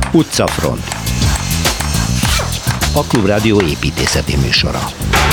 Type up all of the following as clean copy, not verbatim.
Utcafront. A Klubrádió építészeti műsora.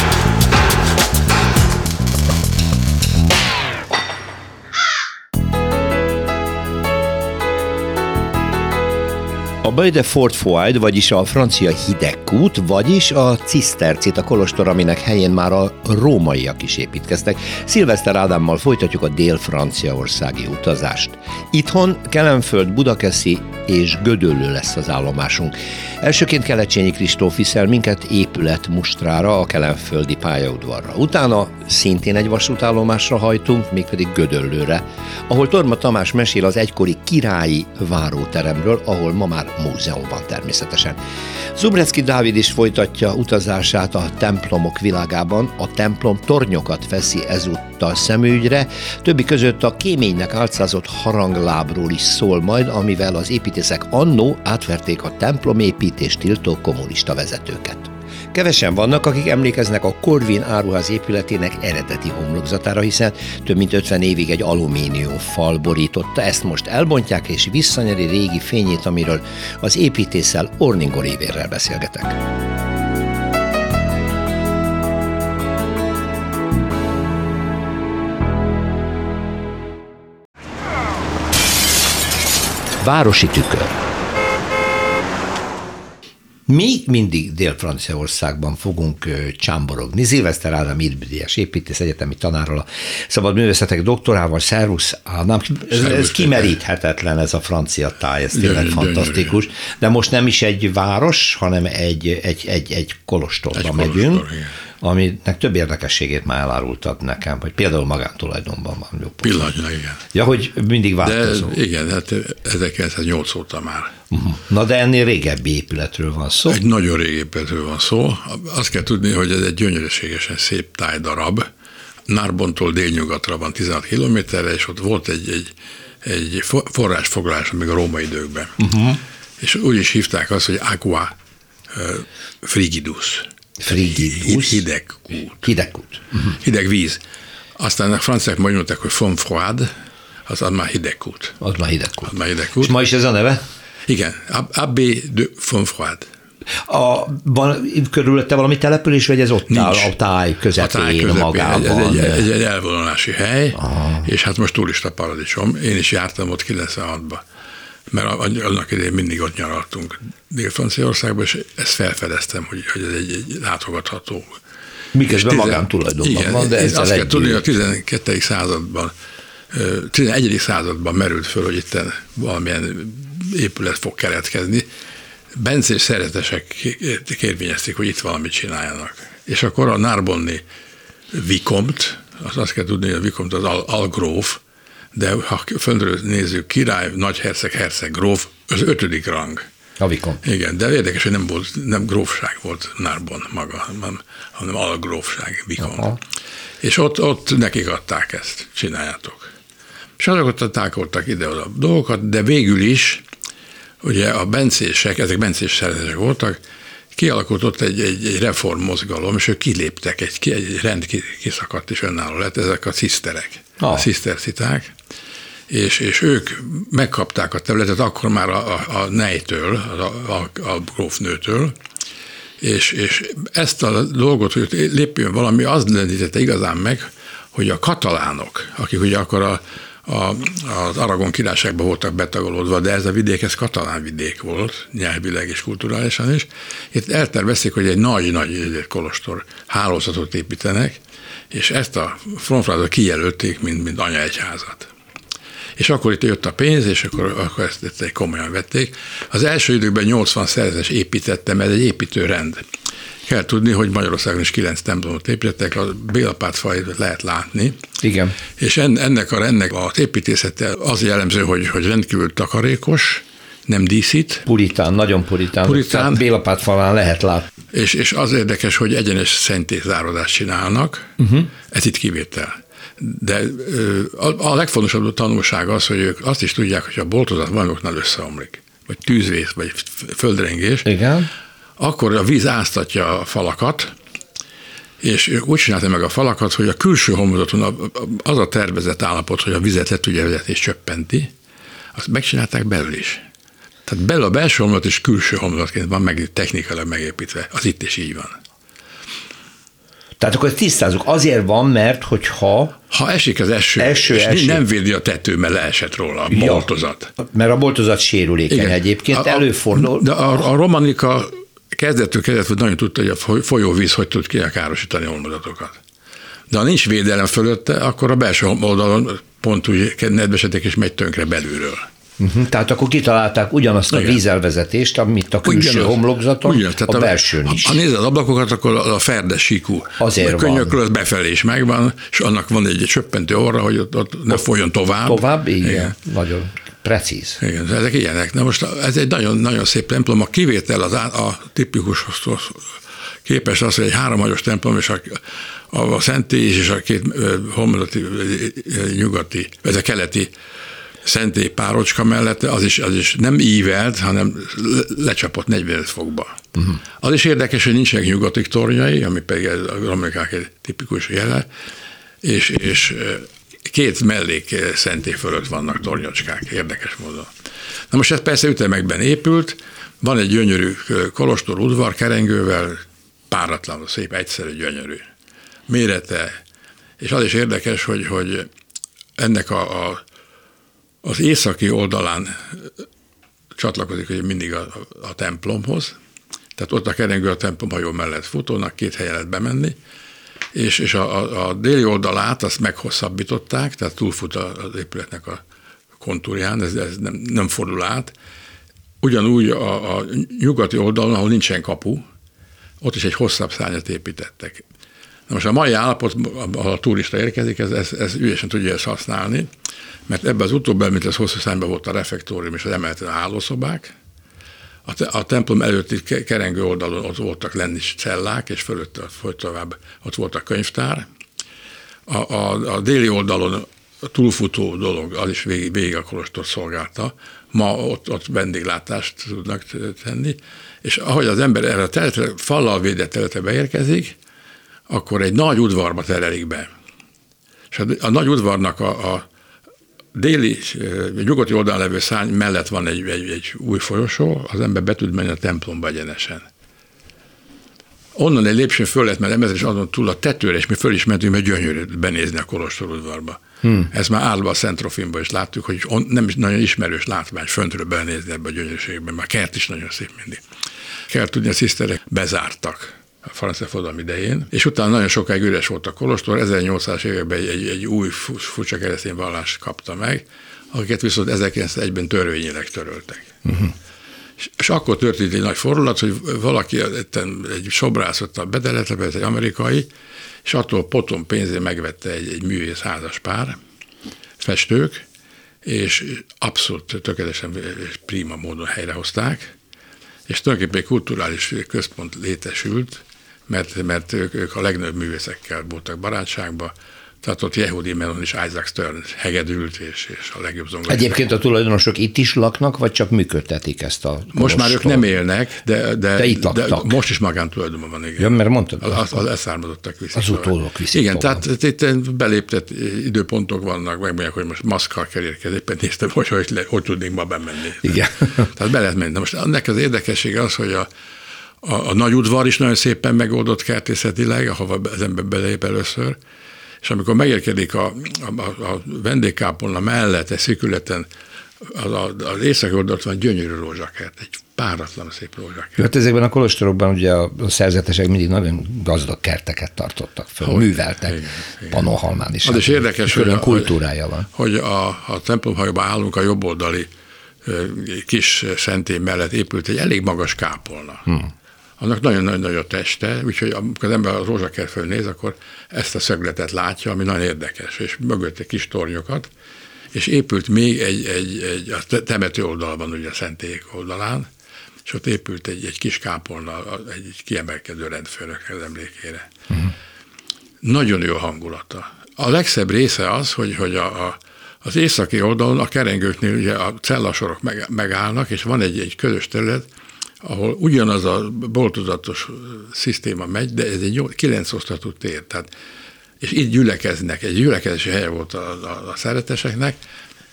A Baie de Fort-Fouad, vagyis a francia hidegkút, vagyis a Cisztercita kolostor, aminek helyén már a rómaiak is építkeztek. Szilveszter Ádámmal folytatjuk a dél-franciaországi utazást. Itthon Kelenföld, Budakeszi és Gödöllő lesz az állomásunk. Elsőként Kelecsényi Kristóf viszel minket épületmustrára, a kelenföldi pályaudvarra. Utána szintén egy vasútállomásra hajtunk, mégpedig Gödöllőre, ahol Torma Tamás mesél az egykori királyi váróteremről, ahol ma már múzeum van természetesen. Zubrecki Dávid is folytatja utazását a templomok világában, a templom tornyokat veszi ezúttal szemügyre, többi között a kéménynek álcázott haranglábról is szól majd, amivel az építészek annó átverték a templomépítést tiltó kommunista vezetőket. Kevesen vannak, akik emlékeznek a Corvin áruház épületének eredeti homlokzatára, hiszen több mint 50 évig egy alumínium fal borította, ezt most elbontják és visszanyeri régi fényét, amiről az építésszel Orningol Évérrel beszélgetek. Városi tükör. Mi mindig Dél-Franciaországban fogunk csámborogni. Szilveszter Ádám írbüdíjas építész, egyetemi tanárral, a szabad művészetek doktorával. Szervusz Ádám. Ez kimeríthetetlen, ez a francia táj, ez tényleg fantasztikus. De most nem is egy város, hanem egy kolostorba megyünk, aminek több érdekességét már elárultad nekem, hogy például magántulajdonban van. Pillanatnyilag, igen. Ja, hogy mindig változó. De igen, hát 1908 óta már. Na de ennél régebbi épületről van szó. Egy nagyon régi épületről van szó. Azt kell tudni, hogy ez egy gyönyörűségesen szép tájdarab. Narbonne-tól délnyugatra van 16 kilométerre, és ott volt egy forrásfoglalás még a római időkben. És úgy is hívták azt, hogy aqua frigidus. Frigidus? Hidegkút. Hideg víz. Aztán a franciák majd mondták, hogy fond froid, az már hidegkút. Az már hidegkút. És ma is ez a neve? Igen, Abbé de fond froid. Van körülötte valami település, vagy ez ott áll a táj közepén, magában? Ez egy elvonulási hely, és hát most turista paradicsom. Én is jártam ott 96-ban, mert annak idején mindig ott nyaraltunk Dél-Franciaországban, és ezt felfedeztem, hogy ez egy látogatható. Miközben magántulajdonban van, de ezzel azt kell tudni, hogy a 12. században, 11. században merült föl, hogy itt valamilyen épület fog keletkezni. Bencés szerzetesek kérvényezték, hogy itt valamit csináljanak. És akkor a Narbonni Vicomte, azt kell tudni, hogy a Vicomte az algróf, de ha föntről nézzük, király, nagyherceg, herceg, gróf, az 5. rang. A Vicomte. Igen, de érdekes, hogy nem grófság volt Narbonne maga, hanem algrófság, Vicomte. És ott nekik adták ezt, csináljátok. És azokat tákoltak ide-oda a dolgokat, de végül is, ugye a bencések, ezek bencés szerzetesek voltak, kialakult ott egy reformmozgalom, és ők kiléptek, egy rend kiszakadt és önálló lett, ezek a ciszterek, a ciszterciták, és ők megkapták a területet akkor már a nejtől, a grófnőtől, és ezt a dolgot, hogy lépjön valami, az lendítette igazán meg, hogy a katalánok, akik ugye akkor az Aragon királyságban voltak betagolódva, de ez a vidék, ez katalán vidék volt, nyelvileg és kulturálisan is. Itt eltervezték, hogy egy nagy kolostor hálózatot építenek, és ezt a Frontfradot kijelölték, mint anyaegyházat. És akkor itt jött a pénz, és akkor ezt komolyan vették. Az első időkben 80 szerzetes építette, mert egy építőrend. Kell tudni, hogy Magyarországon is 9 templomot építettek, a Bélapátfajt lehet látni. Igen. És ennek az építészete az jellemző, hogy rendkívül takarékos, nem díszít. Puritán, nagyon puritán. Bélapátfalán lehet látni. És az érdekes, hogy egyenes szentélyzárodást csinálnak, ez itt kivétel. De a legfontosabb tanulság az, hogy ők azt is tudják, hogy a boltozat valamiknál összeomlik, vagy tűzvész, vagy földrengés, igen, akkor a víz áztatja a falakat, és ők úgy csinálták meg a falakat, hogy a külső homlokzaton az a tervezett állapot, hogy a vizet le tudja vezetni és csöppenti, azt megcsinálták belül is. Tehát belül a belső homlok és külső homlokként van technikailag megépítve. Az itt is így van. Tehát akkor tisztázzuk. Azért van, mert hogyha... Ha esik az eső. Nem védi a tető, mert leesett róla a boltozat. Mert a boltozat sérülékeny. Igen. Egyébként előfordul. De a romanika kezdettől nagyon tudta, hogy a folyóvíz hogy tud károsítani olmozatokat. De ha nincs védelem fölötte, akkor a belső oldalon pont úgy nedvesedik és megy tönkre belülről. Tehát akkor kitalálták ugyanazt a vízelvezetést, amit a külső homlokzaton, a belsőn is. Ha nézed az ablakokat, akkor a ferdes síkú könnyökről az befelé is megvan, és annak van egy csöppentő orra, hogy ott ne folyjon tovább. Tovább, igen. Nagyon precíz. Igen, ezek ilyenek. Na most ez egy nagyon, nagyon szép templom. A kivétel a tipikushoz képest az, hogy egy háromhagyos templom, és a szentély és a két homlokzati nyugati, ez a keleti szentély párocska mellett az is nem ívelt, hanem lecsapott 45 fokba. Az is érdekes, hogy nincsenek nyugatik tornyai, ami pedig a romanikák egy tipikus jele, és két mellék szentély fölött vannak tornyocskák, érdekes módon. Na most ez persze ütemekben épült, van egy gyönyörű kolostor udvar kerengővel, páratlanul szép, egyszerű, gyönyörű. Mérete, és az is érdekes, hogy ennek az északi oldalán csatlakozik hogy mindig a templomhoz, tehát ott a kerengő a templomhajó mellett futónak, két helyen lehet bemenni, és a déli oldalát azt meghosszabbították, tehát túlfut az épületnek a kontúrján, ez nem fordul át. Ugyanúgy a nyugati oldalon, ahol nincsen kapu, ott is egy hosszabb szárnyat építettek. Na most a mai állapot, ahol a turista érkezik, ez ügyesen tudja ezt használni, mert ebben az utóbbi, mint ez hosszú szárnyban volt a refektórium és az emeleten hálószobák, a templom előtti kerengő oldalon ott voltak lenni cellák, és fölött tovább ott volt a könyvtár. A déli oldalon a túlfutó dolog, az is végig a kolostor szolgálta. Ma ott vendéglátást tudnak tenni, és ahogy az ember erre a területre, fallal védett területre beérkezik, akkor egy nagy udvarba terelik be. És a nagy udvarnak a déli, nyugati oldalon levő szárny mellett van egy új folyosó, az ember be tud menni a templomba egyenesen. Onnan egy lépcsőn föl lehet emelni, és azon túl a tetőre, és mi föl is mentünk, mert gyönyörű benézni a kolostor udvarba. Ezt már állva a Szent Trofinban is láttuk, hogy nem is nagyon ismerős látvány föntről benézni ebbe a gyönyörűségben, már kert is nagyon szép mindig. Kell tudni, a ciszterek bezártak a francia forradalom idején, és utána nagyon sokáig üres volt a kolostor, 1800-as években egy új furcsa keresztény vallást kapta meg, akiket viszont 1901-ben törvényileg töröltek. És akkor történt egy nagy fordulat, hogy valaki egy sobrászottal bedeletve, ez egy amerikai, és attól potom pénzén megvette egy művész házas pár, festők, és abszolút tökéletesen és prima módon helyrehozták, és tulajdonképpen egy kulturális központ létesült, mert ők a legnagyobb művészekkel voltak barátságban, tehát ott Yehudi Menon és Isaac Stern hegedült, és a legjobb zongoristák. Egyébként a tulajdonosok itt is laknak, vagy csak működtetik ezt a kolostor? Most már ők nem élnek, de itt laktak. De most is magántulajdonban van, igen. Ja, mert mondtad. Az leszármazottak viszik. Az utódok viszik. Igen, tehát itt beléptett időpontok vannak, megmondják, hogy most maszkkal kell érkezni, éppen néztem, hogy tudnénk ma bemenni. Igen. Tehát be lehet menni. De most ennek az érdekessége az, hogy a nagy udvar is nagyon szépen megoldott kertészetileg, ahova az ember belép először, és amikor megérkedik a vendégkápolna mellett, egy szűkületen, az északi oldalt van gyönyörű rózsakert, egy páratlan szép rózsakert. Hát ezekben a kolostorokban ugye a szerzetesek mindig nagyon gazdag kerteket tartottak föl, műveltek, Pannonhalmán is. Az is érdekes, hogy kultúrája van. Hogy a templomhajóban állunk, a jobboldali kis szentély mellett épült egy elég magas kápolna. Annak nagyon-nagyon nagy a teste, úgyhogy amikor az ember a rózsakert felől néz, akkor ezt a szögletet látja, ami nagyon érdekes, és mögötte kis tornyokat, és épült még a temető oldalban, ugye a szentélyek oldalán, és ott épült egy kis kápolna, egy kiemelkedő rendfőnök az emlékére. Nagyon jó hangulata. A legszebb része az, hogy az északi oldalon a kerengőknél ugye a cellasorok megállnak, és van egy közös terület, ahol ugyanaz a boltozatos szisztéma megy, de ez egy 9 osztatú tér. És itt gyülekeznek, egy gyülekezési helye volt a szereteseknek,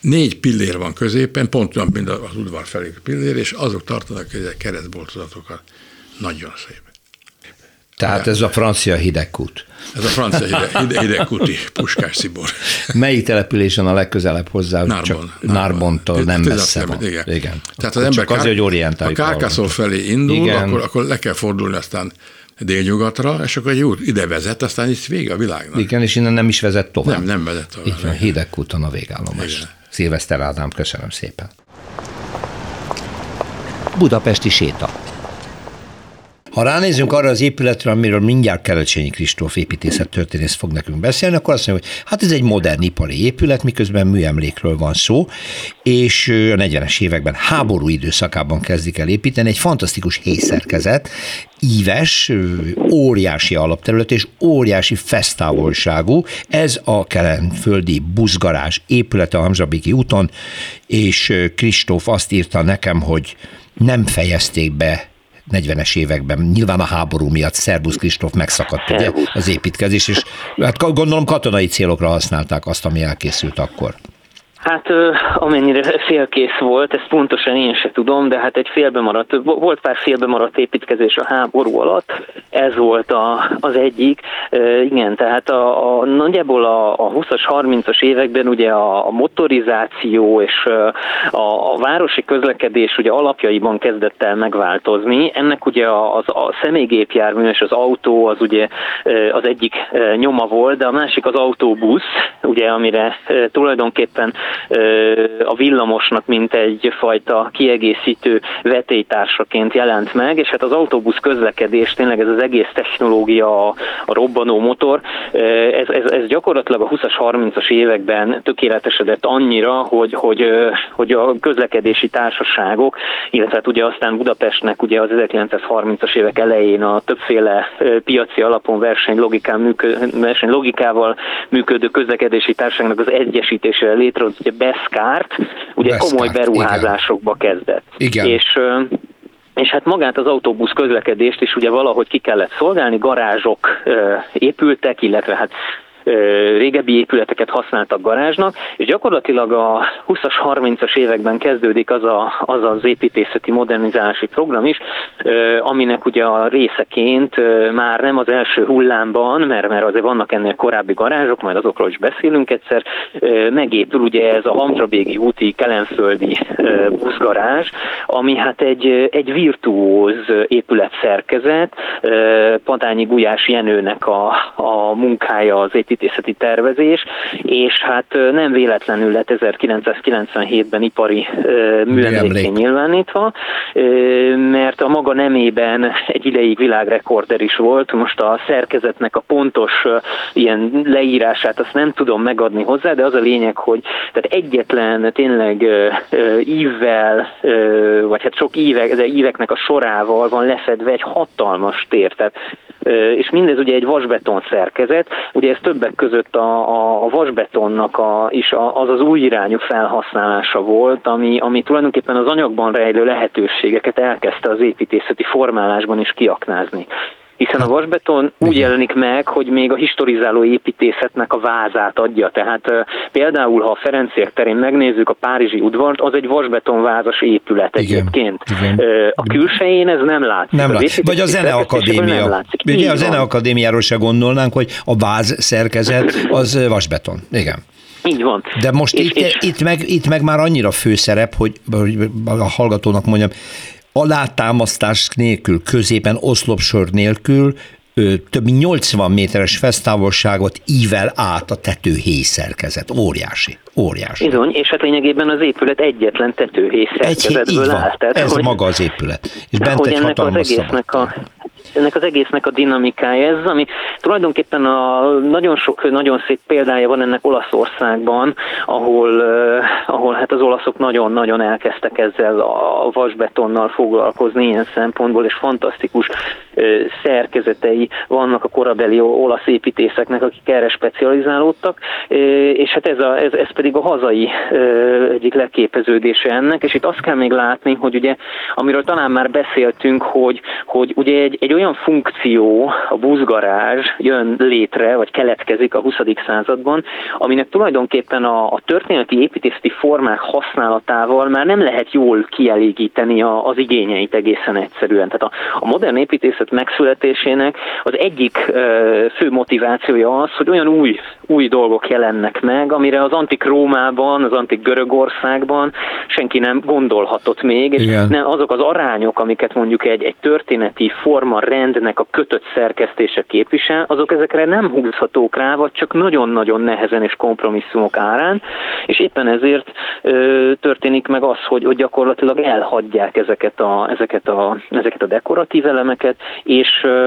4 pillér van középen, pont olyan, mint az udvar felé pillér, és azok tartanak keresztboltozatokat. Nagyon szép. Tehát ez a francia hidegkút. Ez a francia hidegkúti Puskás-szibor. Melyik településen a legközelebb hozzá? Narbontól nem messze van. Igen. Tehát az ember azért, hogy orientáljuk. ha Carcassonne felé indul, akkor le kell fordulni aztán délnyugatra, és akkor egy út ide vezet, aztán itt vége a világnak. Igen, és innen nem is vezet tovább. Nem vezet tovább. Itt van, Hidegkúton a végállomás. Szilveszter Ádám, köszönöm szépen. Budapesti séta. Ha ránézzünk arra az épületre, amiről mindjárt Kerecsényi Kristóf építészettörténész fog nekünk beszélni, akkor azt mondja, hogy hát ez egy modern ipari épület, miközben műemlékről van szó, és a 40-es években háború időszakában kezdik el építeni, egy fantasztikus héjszerkezet, íves, óriási alapterület és óriási fesztávolságú. Ez a kelenföldi buszgarázs épülete a Hamzsabiki úton, és Kristóf azt írta nekem, hogy nem fejezték be 40-es években, nyilván a háború miatt. Szerbusz Kristóf, megszakadt ugye, az építkezés, és hát gondolom katonai célokra használták azt, ami elkészült akkor. Hát amennyire félkész volt, ezt pontosan én se tudom, de hát volt pár félbemaradt építkezés a háború alatt, ez volt az egyik. Igen, tehát nagyjából a 20-as, 30-as években ugye a motorizáció és a városi közlekedés ugye alapjaiban kezdett el megváltozni. Ennek ugye a személygépjármű és az autó az ugye az egyik nyoma volt, de a másik az autóbusz, ugye amire tulajdonképpen a villamosnak mint egyfajta kiegészítő vetélytársaként jelent meg, és hát az autóbusz közlekedés, tényleg ez az egész technológia, a robbanó motor, ez gyakorlatilag a 20-as, 30-as években tökéletesedett annyira, hogy a közlekedési társaságok, illetve hát ugye aztán Budapestnek ugye az 1930-as évek elején a többféle piaci alapon versenylogikával működő közlekedési társaságnak az egyesítésével létrehozott, ugye Beszkárt, ugye komoly beruházásokba kezdett. Igen. És hát magát az autóbusz közlekedést is ugye valahogy ki kellett szolgálni, garázsok épültek, illetve hát régebbi épületeket használtak garázsnak, és gyakorlatilag a 20-as, 30-as években kezdődik az az építészeti modernizálási program is, aminek ugye a részeként már nem az első hullámban, mert azért vannak ennél korábbi garázsok, majd azokról is beszélünk egyszer, megépül ugye ez a Hamzsabéki úti kelenföldi buszgarázs, ami hát egy virtuóz épületszerkezet, Padányi Gulyás Jenőnek a munkája az építészeti tervezés, és hát nem véletlenül lett 1997-ben ipari műemlékké nyilvánítva, mert a maga nemében egy ideig világrekorder is volt. Most a szerkezetnek a pontos ilyen leírását azt nem tudom megadni hozzá, de az a lényeg, hogy tehát egyetlen tényleg ívvel, vagy hát sok éveknek a sorával van lefedve egy hatalmas tér. Tehát és mindez ugye egy vasbeton szerkezet, ugye ez többek között a vasbetonnak is az új irányú felhasználása volt, ami tulajdonképpen az anyagban rejlő lehetőségeket elkezdte az építészeti formálásban is kiaknázni. Hiszen a vasbeton úgy jelenik meg, hogy még a historizáló építészetnek a vázát adja. Tehát például, ha a Ferenciek terén megnézzük a párizsi udvart, az egy vasbetonvázas épület egyébként. Igen. A külsején ez nem látszik. Nem látszik. Vagy a Zeneakadémia. Ugye a Zeneakadémiáról se gondolnánk, hogy a váz szerkezet az vasbeton. Igen. Így van. De most itt meg már annyira főszerep, hogy a hallgatónak mondjam, alátámasztás nélkül, középen oszlopsor nélkül több mint 80 méteres fesztávolságot ível át a tetőhéj szerkezet. Óriási. Bizony, és hát lényegében az épület egyetlen tetőhéj szerkezetből áll. Ez maga az épület. És bent egy hatalmas ennek az egésznek a dinamikája ez, ami tulajdonképpen nagyon sok, nagyon szép példája van ennek Olaszországban, ahol hát az olaszok nagyon-nagyon elkezdtek ezzel a vasbetonnal foglalkozni ilyen szempontból, és fantasztikus szerkezetei vannak a korabeli olasz építészeknek, akik erre specializálódtak, és hát ez pedig a hazai egyik leképeződése ennek, és itt azt kell még látni, hogy ugye, amiről talán már beszéltünk, hogy ugye egy olyan funkció, a buszgarázs jön létre, vagy keletkezik a 20. században, aminek tulajdonképpen a történeti építészeti formák használatával már nem lehet jól kielégíteni az igényeit egészen egyszerűen. Tehát a modern építészet megszületésének az egyik fő motivációja az, hogy olyan új dolgok jelennek meg, amire az antik Rómában, az antik Görögországban senki nem gondolhatott még, és nem azok az arányok, amiket mondjuk egy történeti forma rendnek a kötött szerkesztése képvisel, azok ezekre nem húzhatók rá, vagy csak nagyon-nagyon nehezen és kompromisszumok árán, és éppen ezért történik meg az, hogy gyakorlatilag elhagyják ezeket a dekoratív elemeket, és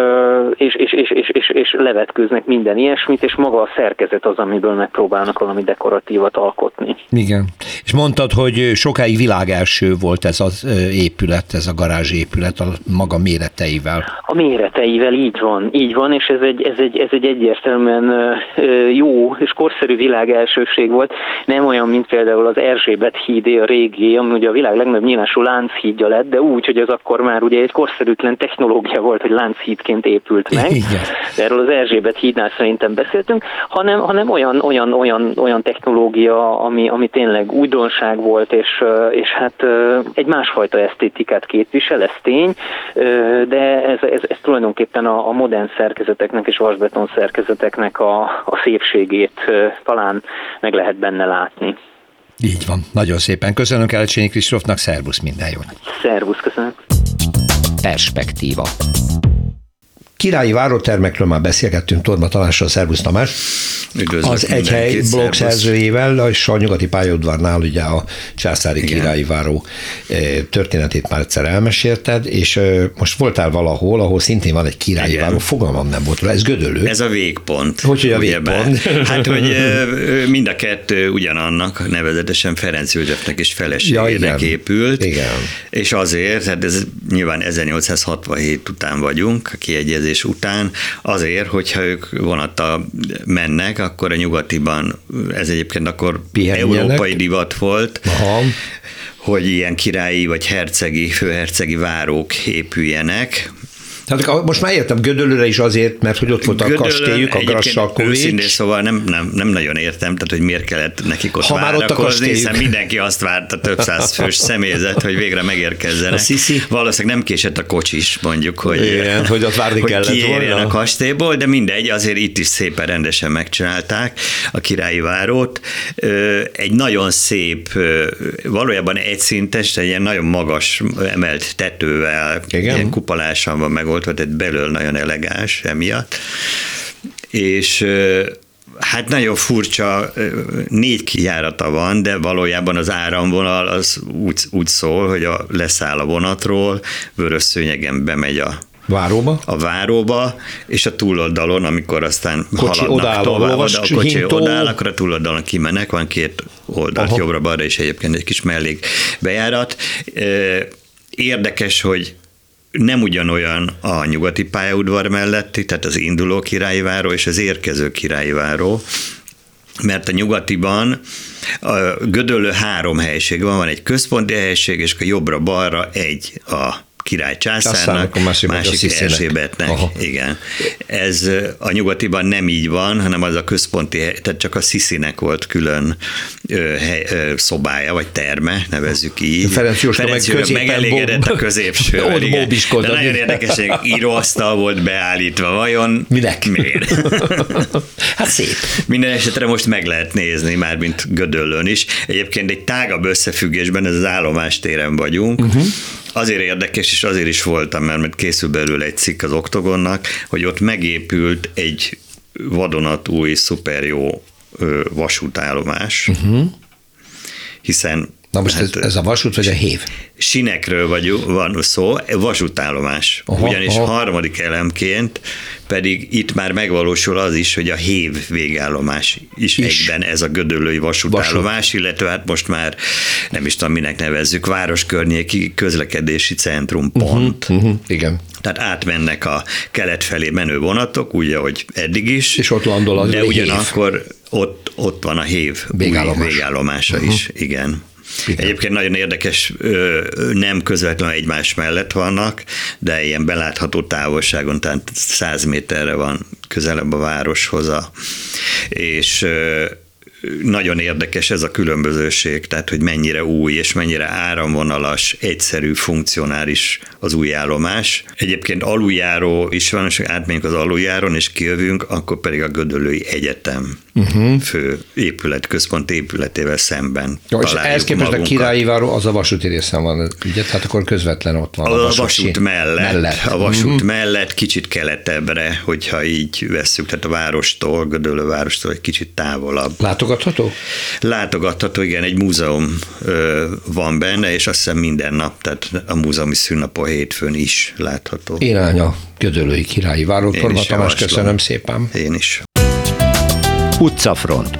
levetkőznek minden ilyesmit, és maga a szerkezet az, amiből megpróbálnak valami dekoratívat alkotni. Igen. És mondtad, hogy sokáig világelső volt ez az épület, ez a garázsépület a maga méreteivel. A méreteivel így van, és ez egy egyértelműen jó és korszerű világelsőség volt, nem olyan, mint például az Erzsébet hídé, a régi, ami ugye a világ legnagyobb nyílású lánchídja lett, de úgy, hogy ez akkor már ugye egy korszerűtlen technológia volt, hogy lánchídként épült meg. Erről az Erzsébet hídnál szerintem beszéltünk, hanem olyan technológia, ami tényleg újdonság volt, és hát egy másfajta esztétikát képvisel, ez tény, de ez tulajdonképpen a modern szerkezeteknek és vasbeton szerkezeteknek a szépségét talán meg lehet benne látni. Így van. Nagyon szépen köszönöm Kelecsényi Kristófnak, szervusz, minden jót. Szervusz, köszönöm. Perspektíva. Királyi várótermekről már beszélgettünk Torma Tamással, szervusz Tamás. Üdvözlök az Egyhely blog szerzőjével, és a Nyugati pályaudvarnál ugye a császári királyi váró történetét már egyszer elmesélted, és most voltál valahol, ahol szintén van egy királyi váró, fogalmam nem volt róla, ez Gödöllő. Ez a végpont. Hogy a végpont? Hát, hogy mind a kettő ugyanannak, nevezetesen Ferenc Józsefnek és feleségének épült, és azért, hát ez nyilván 1867 után vagyunk, a kiegyezés után, azért, hogyha ők vonattal mennek, akkor a Nyugatiban, ez egyébként akkor európai divat volt, hogy ilyen királyi vagy hercegi, főhercegi várók épüljenek. Tehát most már értem Gödöllőre is azért, mert hogy ott volt a kastélyük, a Grassalkovics. Őszintén szóval nem nagyon értem, tehát hogy miért kellett nekik ott várakozni, hiszen mindenki azt várta, több száz fős személyzet, hogy végre megérkezzenek. Valószínűleg nem késett a kocsis, mondjuk, hogy ott várni kellett kiérjen a kastélyból, de mindegy, azért itt is szépen rendesen megcsinálták a királyi várót. Egy nagyon szép, valójában egyszintes, egy ilyen nagyon magas emelt tetővel, ilyen kupolással van meg tehát belül nagyon elegáns emiatt, és hát nagyon furcsa, 4 kijárata van, de valójában az áramvonal az úgy szól, hogy leszáll a vonatról, vörös szőnyegen bemegy a váróba, és a túloldalon, amikor aztán haladnak tovább, a kocsi odáll, akkor a túloldalon kimennek, van 2 oldalt, jobbra-balra, és egyébként egy kis mellékbejárat. Érdekes, hogy nem ugyanolyan a Nyugati pályaudvar melletti, tehát az induló királyi váró és az érkező királyi váró, mert a Nyugatiban a Gödöllő 3 helység van egy központi helység, és a jobbra-balra egy a király császárnak, másik Erzsébetnek. Igen. Ez a Nyugatiban nem így van, hanem az a központi, tehát csak a Sziszinek volt külön szobája, vagy terme, nevezzük így. Ferenc József megelégedett a középső. De nagyon érdekes, hogy íróasztal volt beállítva. Vajon minek? Miért? Hát szép. Minden esetre most meg lehet nézni, mármint Gödöllőn is. Egyébként egy tágabb összefüggésben, ez az állomástéren vagyunk. Azért érdekes, és azért is voltam, mert készül belőle egy cikk az Oktogonnak, hogy ott megépült egy vadonatúj, szuper jó vasútállomás, hiszen Na most ez a vasút vagy a hév? Sinekről van szó, vasútállomás. Ugyanis harmadik elemként pedig itt már megvalósul az is, hogy a hév végállomás is egyben ez a gödöllői vasútállomás, illetve hát most már nem is tudom, minek nevezzük, városkörnyéki közlekedési centrumpont. Igen. Tehát átmennek a kelet felé menő vonatok, úgy, ahogy eddig is. És ott landol az, de ugyanakkor ott van a hév végállomása is. Igen. Egyébként nagyon érdekes, nem közvetlenül egymás mellett vannak, de ilyen belátható távolságon, tehát 100 méterre van közelebb a városhoz, és nagyon érdekes ez a különbözőség, tehát hogy mennyire új és mennyire áramvonalas, egyszerű, funkcionális az új állomás. Egyébként aluljáró is van, és átmegyünk az aluljáron, és kijövünk, akkor pedig a Gödöllői Egyetem fő épület, központ épületével szemben és ehhez képest a Királyi Váró az a vasúti részen van, ugye? Tehát akkor közvetlen ott van. A vasút mellett. A vasút mellett, kicsit keletebbre, hogyha így vesszük, tehát a várostól, Gödöllő várostól egy kicsit távolabb. Látogatható? Látogatható, igen, egy múzeum van benne, és azt hiszem minden nap, tehát a múzeumi szünnapon hétfőn is látható. Irány a Gödöllői Királyi Váró. Torma Tamás, köszönöm szépen. Én is. Utcafront.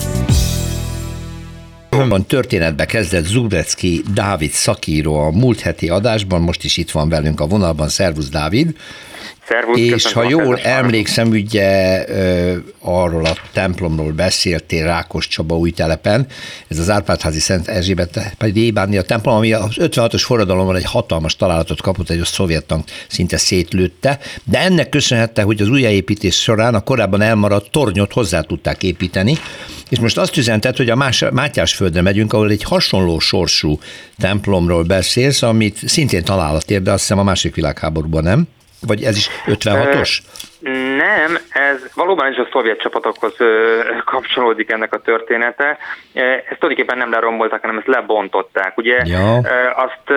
Történetbe kezdett Zubrecki Dávid szakíró a múlt heti adásban, most is itt van velünk a vonalban. Szervusz, Dávid! Szervusz, és ha jól emlékszem, ugye arról a templomról beszéltél Rákoscsaba Újtelepen, ez az Árpád-házi Szent Erzsébet plébánia templom, ami az 56-os forradalomban egy hatalmas találatot kapott, egy szovjet tank szinte szétlőtte, de ennek köszönhette, hogy az újjáépítés során a korábban elmaradt tornyot hozzá tudták építeni, és most azt üzented, hogy a Mátyásföldre megyünk, ahol egy hasonló sorsú templomról beszélsz, amit szintén találat ér, de azt hiszem a második világháborúban, nem? Vagy ez is 56-os? Nem, ez valóban is a szovjet csapatokhoz kapcsolódik ennek a története. Ezt tulajdonképpen nem lerombolták, hanem ezt lebontották. Ugye azt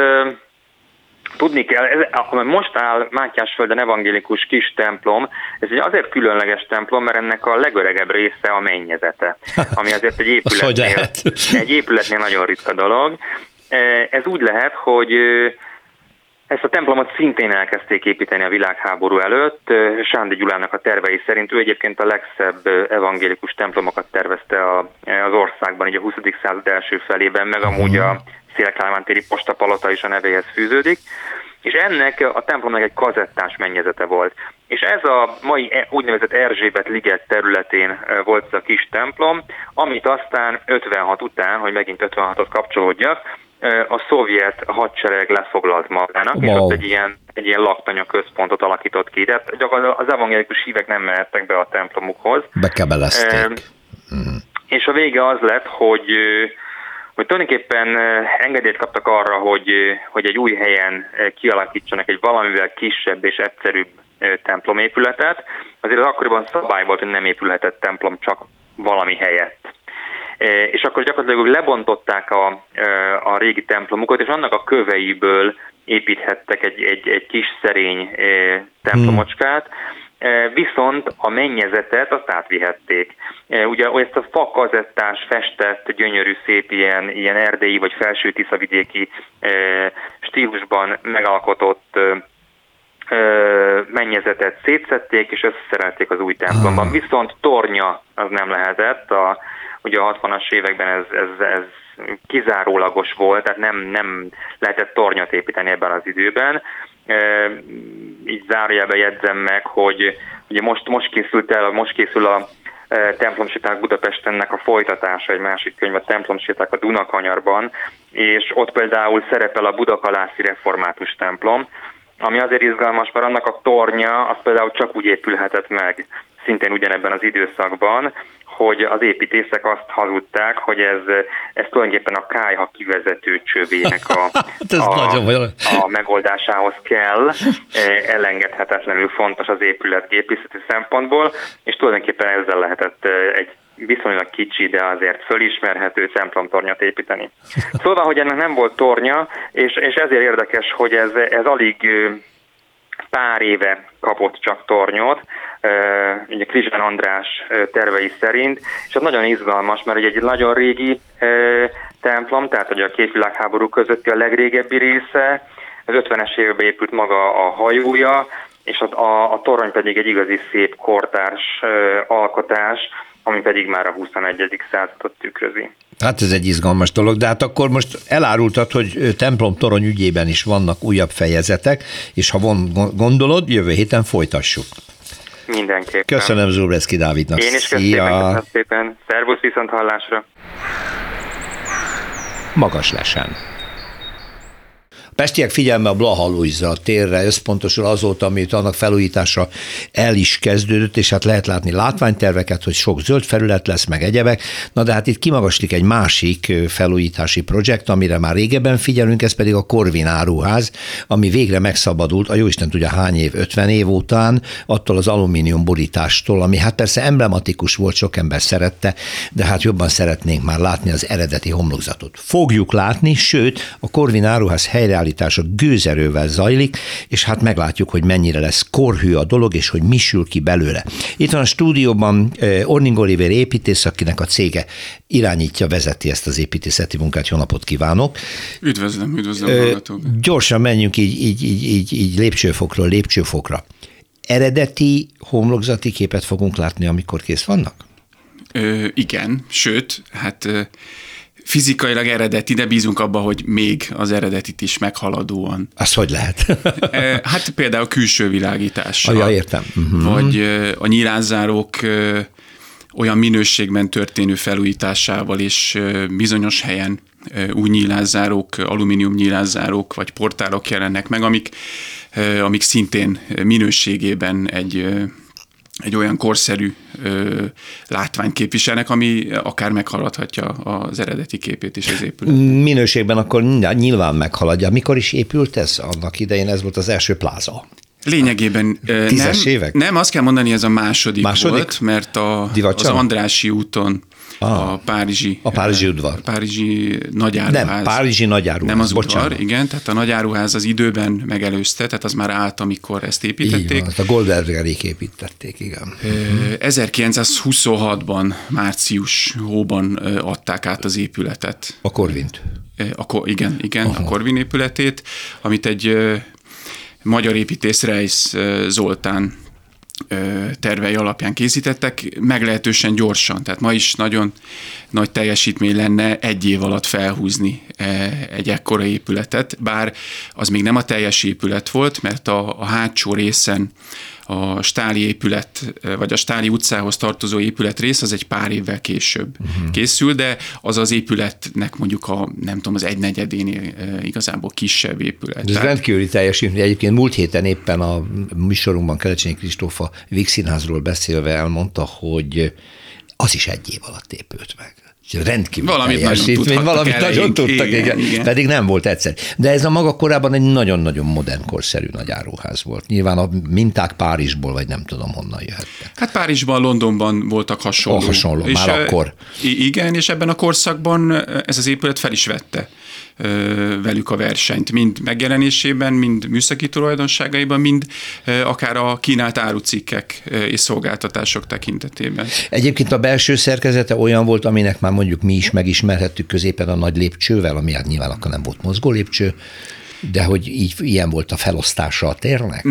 tudni kell, akkor most áll Mátyásföldön evangélikus kis templom, ez egy azért különleges templom, mert ennek a legöregebb része a mennyezete, ami azért egy épületnél nagyon ritka dolog. Ez úgy lehet, hogy ezt a templomot szintén elkezdték építeni a világháború előtt. Sándor Gyulának a tervei szerint ő egyébként a legszebb evangélikus templomokat tervezte az országban, így a 20. század első felében, meg amúgy a Széll Kálmán téri postapalota is a nevéhez fűződik. És ennek a templomnak egy kazettás mennyezete volt. És ez a mai úgynevezett Erzsébet liget területén volt ez a kis templom, amit aztán 56 után, hogy megint 56-ot kapcsolódjak, a szovjet hadsereg lefoglalt magának, és ott egy ilyen laktanya központot alakított ki. Tehát az evangélikus hívek nem mehettek be a templomukhoz. Bekebelezték. És a vége az lett, hogy tulajdonképpen engedélyt kaptak arra, hogy egy új helyen kialakítsanak egy valamivel kisebb és egyszerűbb templomépületet. Azért az akkoriban szabály volt, hogy nem épülhetett templom csak valami helyett. És akkor gyakorlatilag lebontották a régi templomukat, és annak a köveiből építhettek egy kis szerény templomocskát, viszont a mennyezetet azt átvihették. Ugye ezt a fakazettás, festett, gyönyörű, szép ilyen erdélyi vagy felső tiszavidéki stílusban megalkotott mennyezetet szétszedték, és összeszerelték az új templomban. Viszont tornya az nem lehetett, ugye a 60-as években ez kizárólagos volt, tehát nem lehetett tornyot építeni ebben az időben. Így zárójelben jegyzem meg, hogy ugye most készül a Templomséták Budapestennek a folytatása, egy másik könyv, a Templomséták a Dunakanyarban, és ott például szerepel a budakalászi református templom, ami azért izgalmas, mert annak a tornya az például csak úgy épülhetett meg, szintén ugyanebben az időszakban, hogy az építészek azt hazudták, hogy ez tulajdonképpen a kályha kivezető csövének a megoldásához kell, elengedhetetlenül fontos az épület gépészeti szempontból, és tulajdonképpen ezzel lehetett egy viszonylag kicsi, de azért fölismerhető templomtornyot építeni. Szóval, hogy ennek nem volt tornya, és ezért érdekes, hogy ez alig pár éve kapott csak tornyot, ugye Krizsán András tervei szerint, és ez nagyon izgalmas, mert egy nagyon régi templom, tehát hogy a két világháború közötti a legrégebbi része. Az 50-es években épült maga a hajója, és a torony pedig egy igazi szép kortárs alkotás, ami pedig már a 21. századot tükrözi. Hát ez egy izgalmas dolog, de hát akkor most elárultad, hogy templom-torony ügyében is vannak újabb fejezetek, és ha gondolod, jövő héten folytassuk. Mindenképpen. Köszönöm Zsubreszky Dávidnak. Én is köszönöm szépen. Szervusz, viszont hallásra. Magas lesen. A pestiek figyelme a Blaha Lujza térre összpontosul azóta, amit annak felújítása el is kezdődött, és hát lehet látni látványterveket, hogy sok zöld felület lesz, meg egyebek. Na de hát itt kimagaslik egy másik felújítási projekt, amire már régebben figyelünk, ez pedig a Corvin áruház, ami végre megszabadult, a jóisten tudja hány év, 50 év után, attól az alumínium borítástól, ami hát persze emblematikus volt, sok ember szerette, de hát jobban szeretnénk már látni az eredeti homlokzatot. Fogjuk látni, sőt, a Corvin áruház helyreállítása gőzerővel zajlik, és hát meglátjuk, hogy mennyire lesz korhű a dolog, és hogy mi sül ki belőle. Itt van a stúdióban Orning Olivér építész, akinek a cége irányítja, vezeti ezt az építészeti munkát. Jó napot kívánok! Üdvözlöm hallgatók! Gyorsan menjünk így lépcsőfokról lépcsőfokra. Eredeti homlokzati képet fogunk látni, amikor kész vannak? Igen, sőt, hát fizikailag eredeti, de bízunk abba, hogy még az eredetit is meghaladóan. Az hogy lehet? Hát például külső világítással. Ja, értem. Vagy a nyilázárók olyan minőségben történő felújításával, és bizonyos helyen új nyilázárók, alumínium nyilázárók, vagy portálok jelennek meg, amik szintén minőségében egy olyan korszerű látványt képviselnek, ami akár meghaladhatja az eredeti képét is az épület. Minőségben akkor nyilván meghaladja. Mikor is épült ez? Annak idején ez volt az első pláza. Lényegében évek? Nem, azt kell mondani, ez a második volt, mert az Andrássy úton a párizsi udvar. A párizsi nagyáruház. Nem, párizsi nagyáruház. Nem az udvar, igen, tehát a nagyáruház az időben megelőzte, tehát az már állt, amikor ezt építették. Így van, a Goldbergerék építették, igen. 1926-ban, március hóban adták át az épületet. A Corvint. Igen, a Corvin épületét, amit egy magyar építész Reisz Zoltán tervei alapján készítettek, meglehetősen gyorsan. Tehát ma is nagyon nagy teljesítmény lenne egy év alatt felhúzni egy ekkora épületet, bár az még nem a teljes épület volt, mert a hátsó részen a Stáli épület, vagy a Stáli utcához tartozó épületrész az egy pár évvel később készül, de az épületnek mondjuk az 1/4 igazából kisebb épület. Ez rendkívüli teljesítmény. Egyébként múlt héten éppen a műsorunkban Kelecsényi Kristóf a Víg Színházról beszélve elmondta, hogy az is egy év alatt épült meg. Rendkívül valamit nagyon tudtak, igen. Pedig nem volt egyszer. De ez a maga korában egy nagyon-nagyon modern, korszerű nagy áruház volt. Nyilván a minták Párizsból, vagy nem tudom honnan jöhettek. Hát Párizsban, Londonban voltak hasonló. És már akkor. Igen, és ebben a korszakban ez az épület fel is vette velük a versenyt, mind megjelenésében, mind műszaki tulajdonságaiban, mind akár a kínált árucikkek és szolgáltatások tekintetében. Egyébként a belső szerkezete olyan volt, aminek már mondjuk mi is megismerhettük középen a nagy lépcsővel, ami hát nyilván akkor nem volt mozgó lépcső, de hogy ilyen volt a felosztása a térnek?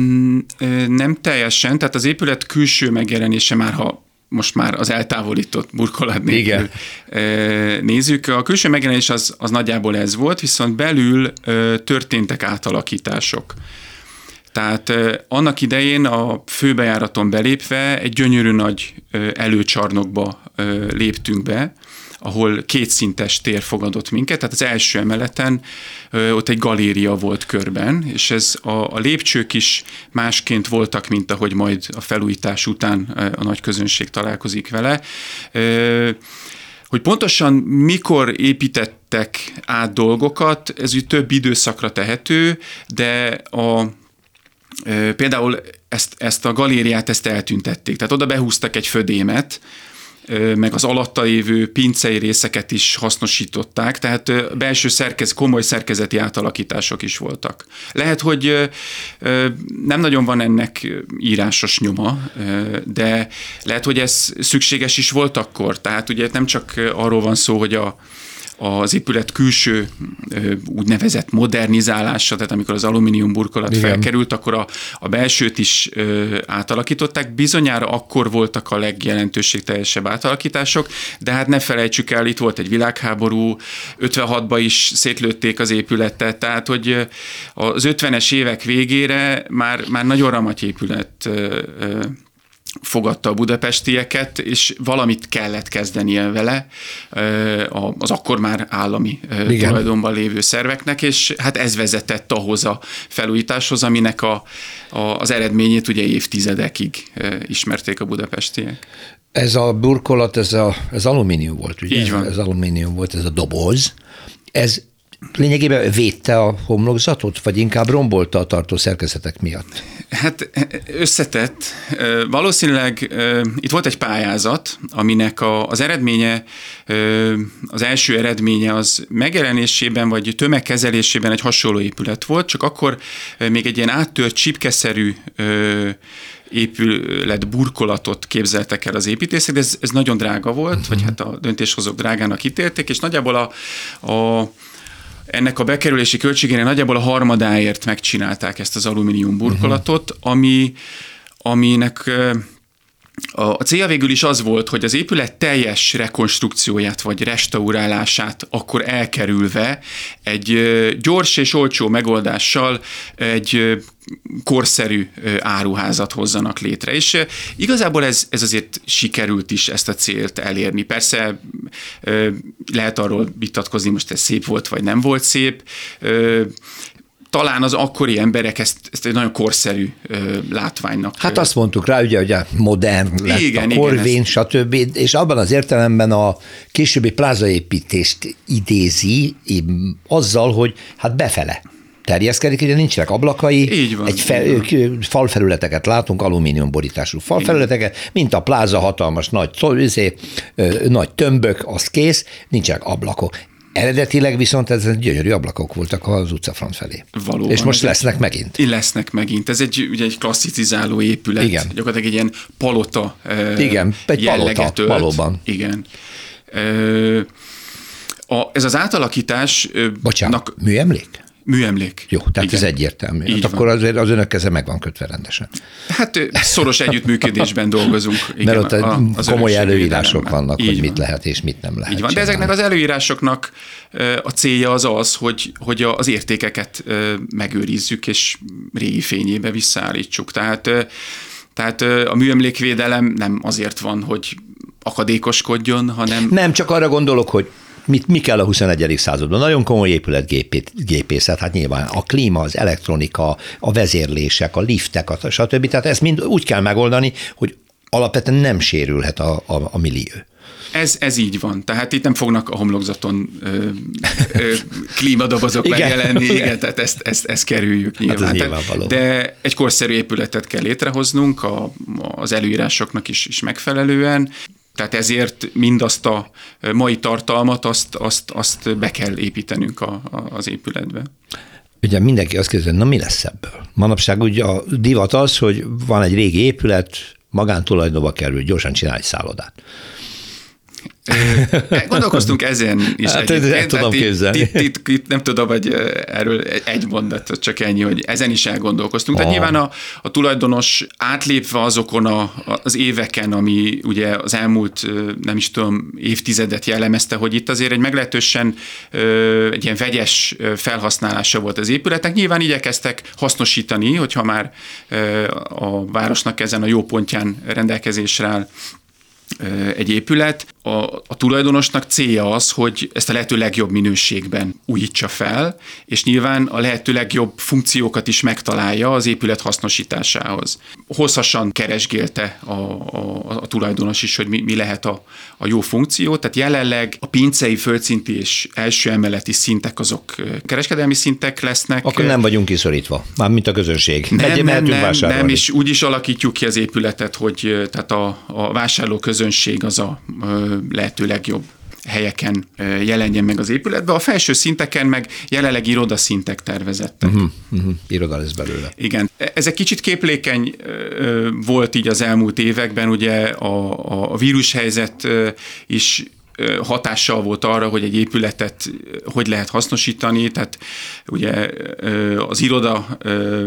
Nem teljesen, tehát az épület külső megjelenése most már az eltávolított burkolat nélkül nézzük. A külső megjelenés az nagyjából ez volt, viszont belül történtek átalakítások. Tehát annak idején a főbejáraton belépve egy gyönyörű nagy előcsarnokba léptünk be, ahol kétszintes tér fogadott minket, tehát az első emeleten ott egy galéria volt körben, és ez a lépcsők is másként voltak, mint ahogy majd a felújítás után a nagy közönség találkozik vele. Hogy pontosan mikor építettek át dolgokat, ez úgy több időszakra tehető, de például ezt a galériát eltüntették, tehát oda behúztak egy födémet, meg az alatta lévő pincei részeket is hasznosították, tehát belső komoly szerkezeti átalakítások is voltak. Lehet, hogy nem nagyon van ennek írásos nyoma, de lehet, hogy ez szükséges is volt akkor. Tehát ugye nem csak arról van szó, hogy az épület külső úgynevezett modernizálása, tehát amikor az alumínium burkolat felkerült, akkor a belsőt is átalakították. Bizonyára akkor voltak a legjelentőségteljesebb átalakítások, de hát ne felejtsük el, itt volt egy világháború, 56-ban is szétlőtték az épületet, tehát hogy az 50-es évek végére már nagyon ramaty épület fogadta a budapestieket, és valamit kellett kezdenie vele az akkor már állami tulajdonban lévő szerveknek, és hát ez vezetett ahhoz a felújításhoz, aminek az eredményét ugye évtizedekig ismerték a budapestiek. Ez a burkolat, ez alumínium volt, ugye? Így van. Ez alumínium volt, ez a doboz. Ez lényegében védte a homlokzatot, vagy inkább rombolta a tartó szerkezetek miatt? Hát összetett. Valószínűleg itt volt egy pályázat, aminek az eredménye, az első eredménye az megjelenésében vagy tömegkezelésében egy hasonló épület volt, csak akkor még egy ilyen áttört csipkeszerű épület burkolatot képzeltek el az építészek, de ez nagyon drága volt, vagy hát a döntéshozók drágának ítélték, és nagyjából ennek a bekerülési költségének nagyjából a harmadáért megcsinálták ezt az alumínium burkolatot, aminek a célja végül is az volt, hogy az épület teljes rekonstrukcióját vagy restaurálását akkor elkerülve egy gyors és olcsó megoldással egy korszerű áruházat hozzanak létre. És igazából ez azért sikerült is ezt a célt elérni. Persze lehet arról vitatkozni, most ez szép volt, vagy nem volt szép. Talán az akkori emberek ezt egy nagyon korszerű látványnak. Hát azt mondtuk rá, ugye modern lett igen, a korvén, igen, stb. És abban az értelemben a későbbi plázaépítést idézi azzal, hogy hát befele terjeszkedik, ugye nincsenek ablakai, falfelületeket látunk, alumíniumborítású falfelületeket, mint a pláza hatalmas nagy tömbök, az kész, nincsenek ablakok. Eredetileg viszont ez gyönyörű ablakok voltak az utcafront felé. Valóban. És most lesznek megint. Lesznek megint. Ez ugye egy klasszicizáló épület. Igen. Gyakorlatilag egy ilyen palota igen, egy palota, tölt. Valóban. Igen. Ez az átalakítás... Bocsánat, műemlék? Műemlék. Jó, tehát igen. Ez egyértelmű. Hát akkor azért az önök keze meg van kötve rendesen. Hát szoros együttműködésben dolgozunk. Igen, mert ott komoly előírások vannak, hogy mit lehet és mit nem lehet. Így van, de ezeknek az előírásoknak a célja az, hogy az értékeket megőrizzük és régi fényébe visszaállítsuk. Tehát a műemlékvédelem nem azért van, hogy akadékoskodjon, hanem... Nem, csak arra gondolok, hogy mi kell a 21. században? Nagyon komoly épületgépészet, hát nyilván a klíma, az elektronika, a vezérlések, a liftek, stb. Tehát ezt mind úgy kell megoldani, hogy alapvetően nem sérülhet a millió. Ez így van. Tehát itt nem fognak a homlokzaton klímadobozok megjelenni, igen, tehát ezt kerüljük nyilván. Hát de egy korszerű épületet kell létrehoznunk az előírásoknak is megfelelően. Tehát ezért mindazt a mai tartalmat, azt be kell építenünk az épületbe. Ugye mindenki azt kérdezi, na mi lesz ebből? Manapság ugye a divat az, hogy van egy régi épület, magántulajdonba kerül, gyorsan csinálj egy szállodát. Gondolkoztunk ezen is. Hát egyébként. Tudom képzelni. Itt nem tudom, hogy erről egy mondat, csak ennyi, hogy ezen is elgondolkoztunk. Tehát nyilván a tulajdonos átlépve azokon az éveken, ami ugye az elmúlt, nem is tudom, évtizedet jellemezte, hogy itt azért egy meglehetősen egy ilyen vegyes felhasználása volt az épületnek. Nyilván igyekeztek hasznosítani, hogyha már a városnak ezen a jó pontján rendelkezésre áll egy épület. A tulajdonosnak célja az, hogy ezt a lehető legjobb minőségben újítsa fel, és nyilván a lehető legjobb funkciókat is megtalálja az épület hasznosításához. Hosszasan keresgélte a tulajdonos is, hogy mi lehet a jó funkció, tehát jelenleg a pincei, földszinti és első emeleti szintek azok kereskedelmi szintek lesznek. Akkor nem vagyunk kiszorítva, mármint a közönség. Nem, és úgy is alakítjuk ki az épületet, hogy tehát a vásárló közönség az a lehető legjobb helyeken jelenjen meg az épületbe. A felső szinteken meg jelenleg irodaszintek tervezettek. Iroda lesz belőle. Igen. Ez egy kicsit képlékeny volt így az elmúlt években, ugye a vírushelyzet is hatással volt arra, hogy egy épületet hogy lehet hasznosítani, tehát ugye az iroda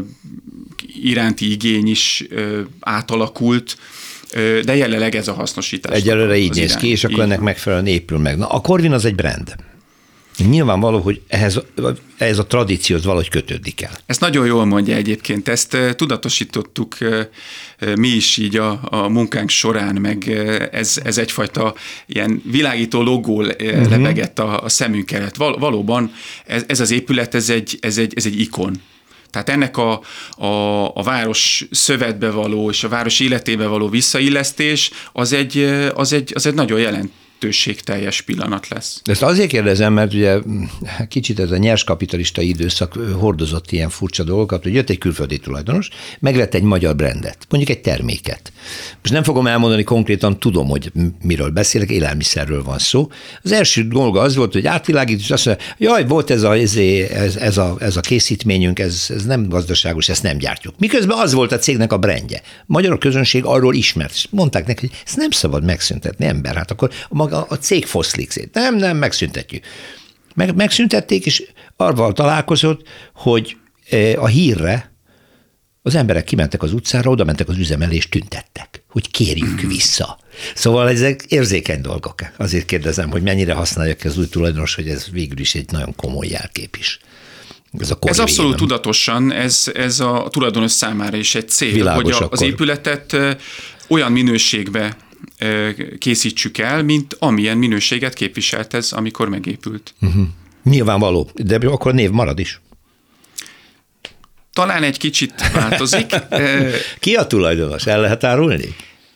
iránti igény is átalakult, de jelenleg ez a hasznosítás. Egyelőre így néz ki, és akkor ennek megfelelően épül meg. Na, a Corvin az egy brand. Nyilvánvaló, hogy ehhez a tradícióhoz valahogy kötődik el. Ezt nagyon jól mondja egyébként, ezt tudatosítottuk mi is így a munkánk során, meg ez egyfajta ilyen világító logó lebegett a szemünk előtt. Valóban ez az épület, ez egy ikon. Tehát ennek a város szövetbe való és a város életébe való visszaillesztés az egy nagyon jelentőségteljes pillanat lesz. Ezt azért kérdezem, mert ugye kicsit ez a nyers kapitalista időszak hordozott ilyen furcsa dolgokat, hogy jött egy külföldi tulajdonos, megvett egy magyar brandet, mondjuk egy terméket. Most nem fogom elmondani konkrétan, tudom, hogy miről beszélek, élelmiszerről van szó. Az első dolga az volt, hogy átvilágít, és azt mondja, jaj, volt ez a készítményünk, ez nem gazdaságos, ezt nem gyártjuk. Miközben az volt a cégnek a brandje. Magyar közönség arról ismert. Mondták neki, hogy ezt nem szabad megszüntetni, ember, hát akkor a cég foszlik szét. Nem, megszüntetjük. Megszüntették, és arval találkozott, hogy a hírre az emberek kimentek az utcára, oda mentek az üzem elé, és tüntettek, hogy kérjük vissza. Szóval ezek érzékeny dolgok. Azért kérdezem, hogy mennyire használják az új tulajdonos, hogy ez végül is egy nagyon komoly jelkép is. Ez abszolút tudatosan, ez a tulajdonos számára is egy cél, világos, hogy az épületet olyan minőségbe készítsük el, mint amilyen minőséget képviselt ez, amikor megépült. Nyilvánvaló, de akkor a név marad is. Talán egy kicsit változik. Ki a tulajdonos? El lehet árulni?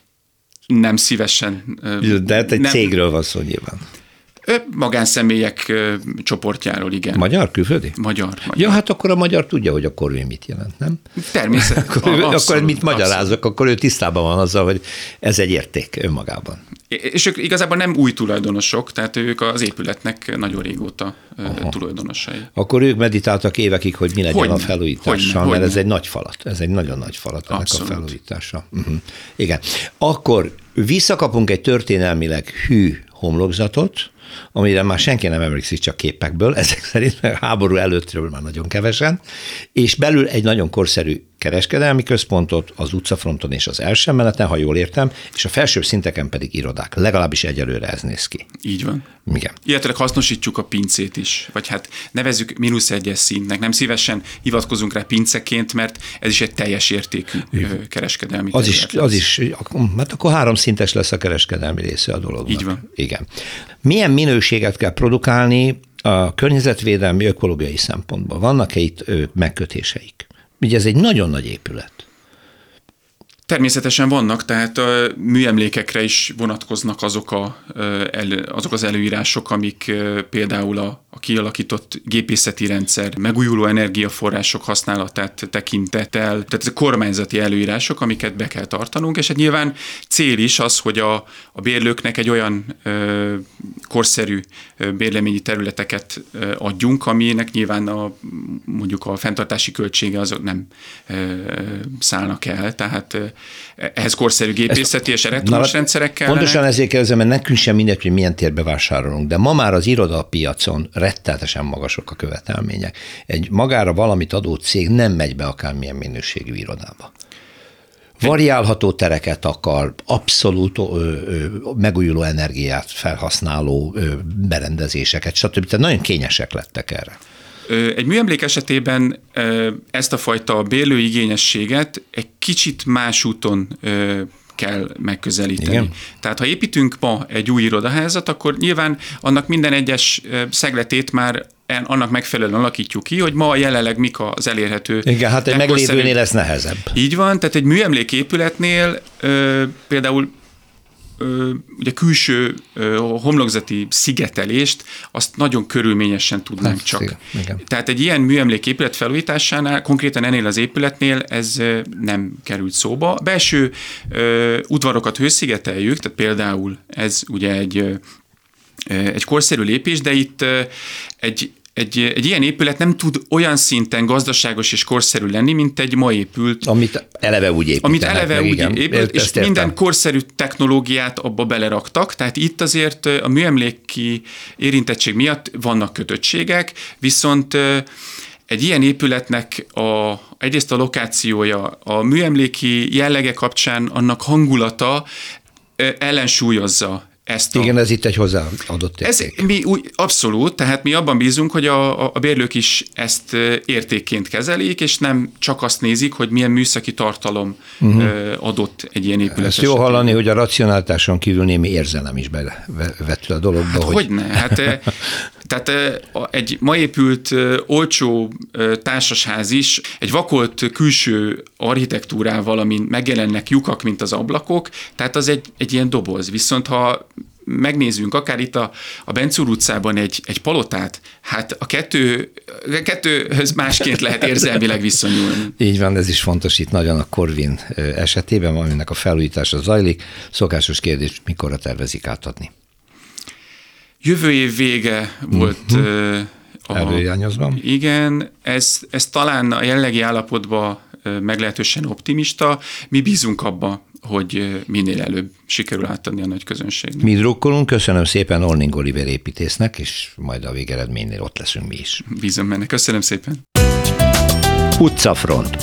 Nem szívesen. De egy cégről van szó nyilván. Magánszemélyek csoportjáról, igen. Magyar, külföldi? Magyar. Ja, hát akkor a magyar tudja, hogy a Corvin mit jelent, nem? Természetesen. Akkor mit magyarázok, akkor ő tisztában van azzal, hogy ez egy érték önmagában. És ők igazából nem új tulajdonosok, tehát ők az épületnek nagyon régóta tulajdonosai. Akkor ők meditáltak évekig, hogy mi legyen a felújítással, mert ez egy nagy falat, ez egy nagyon nagy falat ennek a felújítása. Igen. Akkor visszakapunk egy történelmileg hű homlokzatot, amire már senki nem emlékszik, csak képekből, ezek szerint, mert a háború előttről már nagyon kevesen, és belül egy nagyon korszerű kereskedelmi központot az utcafronton és az első emeleten, ha jól értem, és a felsőbb szinteken pedig irodák. Legalábbis egyelőre ez néz ki. Így van. Igen. Illetve hasznosítjuk a pincét is, vagy hát nevezzük -1-es szintnek. Nem szívesen hivatkozunk rá pinceként, mert ez is egy teljes értékű kereskedelmi az is, hát akkor 3 szintes lesz a kereskedelmi része a dolognak. Így van. Igen. Milyen minőséget kell produkálni a környezetvédelmi, ökológiai szempontból? Vannak-e itt megkötéseik? Ugye ez egy nagyon nagy épület. Természetesen vannak, tehát a műemlékekre is vonatkoznak azok az előírások, amik például a kialakított gépészeti rendszer, megújuló energiaforrások használatát tekintettel, tehát ez a kormányzati előírások, amiket be kell tartanunk, és hát nyilván cél is az, hogy a bérlőknek egy olyan korszerű bérleményi területeket adjunk, aminek nyilván mondjuk a fenntartási költsége azok nem szállnak el, tehát ehhez korszerű gépészeti és elektromos rendszerek kellene. Pontosan ezért kérdezem, mert nekünk sem mindegy, hogy milyen térbe vásárolunk, de ma már az irodapiacon rettenetesen magasok a követelmények. Egy magára valamit adó cég nem megy be akármilyen minőségű irodába. Variálható tereket akar, abszolút megújuló energiát felhasználó berendezéseket, stb. Tehát nagyon kényesek lettek erre. Egy műemlék esetében ezt a fajta bérlőigényességet egy kicsit más úton kell megközelíteni. Igen. Tehát ha építünk ma egy új irodaházat, akkor nyilván annak minden egyes szegletét már annak megfelelően alakítjuk ki, hogy ma jelenleg mik az elérhető. Igen, hát egy meglévőnél lesz nehezebb. Így van, tehát egy műemléképületnél például ugye külső homlokzati szigetelést, azt nagyon körülményesen tudnánk csak. Igen. Tehát egy ilyen műemléképület felújításánál, konkrétan ennél az épületnél ez nem került szóba. Belső udvarokat hőszigeteljük, tehát például ez ugye egy korszerű lépés, de itt egy egy ilyen épület nem tud olyan szinten gazdaságos és korszerű lenni, mint egy ma épült. Amit eleve úgy épült, és minden korszerű technológiát abba beleraktak, tehát itt azért a műemléki érintettség miatt vannak kötöttségek, viszont egy ilyen épületnek egyrészt a lokációja, a műemléki jellege kapcsán annak hangulata ellensúlyozza ezt. Igen, ez itt egy hozzáadott érték. Abszolút, tehát mi abban bízunk, hogy a bérlők is ezt értékként kezelik, és nem csak azt nézik, hogy milyen műszaki tartalom adott egy ilyen épület. Ezt jó hallani, hogy a racionalitáson kívül némi érzelem is bevetül a dologba. Hát hogyne? Tehát egy ma épült olcsó társasház is egy vakolt külső architektúrával, amin megjelennek lyukak, mint az ablakok, tehát az egy ilyen doboz. Viszont ha megnézzünk akár itt a Bencúr utcában egy palotát, hát a kettőhöz másként lehet érzelmileg viszonyulni. Így van, ez is fontos itt nagyon a Corvin esetében, aminek a felújítása zajlik. Szokásos kérdés, mikorra tervezik átadni? Jövő év vége volt előirányozva. Igen, ez talán a jelenlegi állapotban meglehetősen optimista. Mi bízunk abba, hogy minél előbb sikerül átadni a nagy közönségnek. Mi drukkolunk, köszönöm szépen Orning Oliver építésznek, és majd a végeredménynél ott leszünk mi is. Bízom benne, köszönöm szépen. Utcafront.